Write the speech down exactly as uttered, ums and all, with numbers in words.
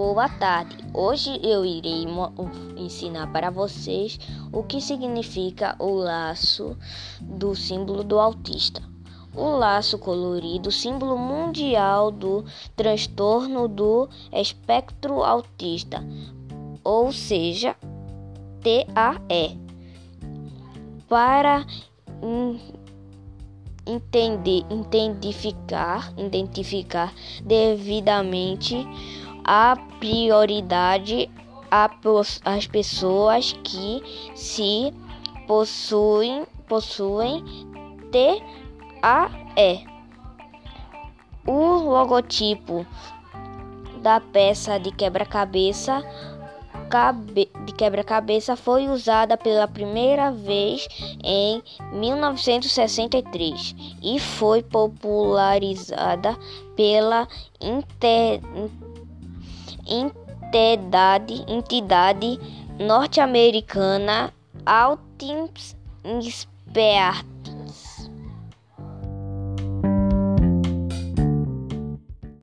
Boa tarde. Hoje eu irei ensinar para vocês o que significa o laço do símbolo do autista. O laço colorido, símbolo mundial do transtorno do espectro autista, ou seja, T A E. Para entender, identificar, identificar devidamente a prioridade às pessoas que se possuem, possuem T A E. O logotipo da peça de quebra-cabeça de quebra-cabeça foi usada pela primeira vez em mil novecentos e sessenta e três e foi popularizada pela inter, entidade, entidade norte-americana Autism Spectrum.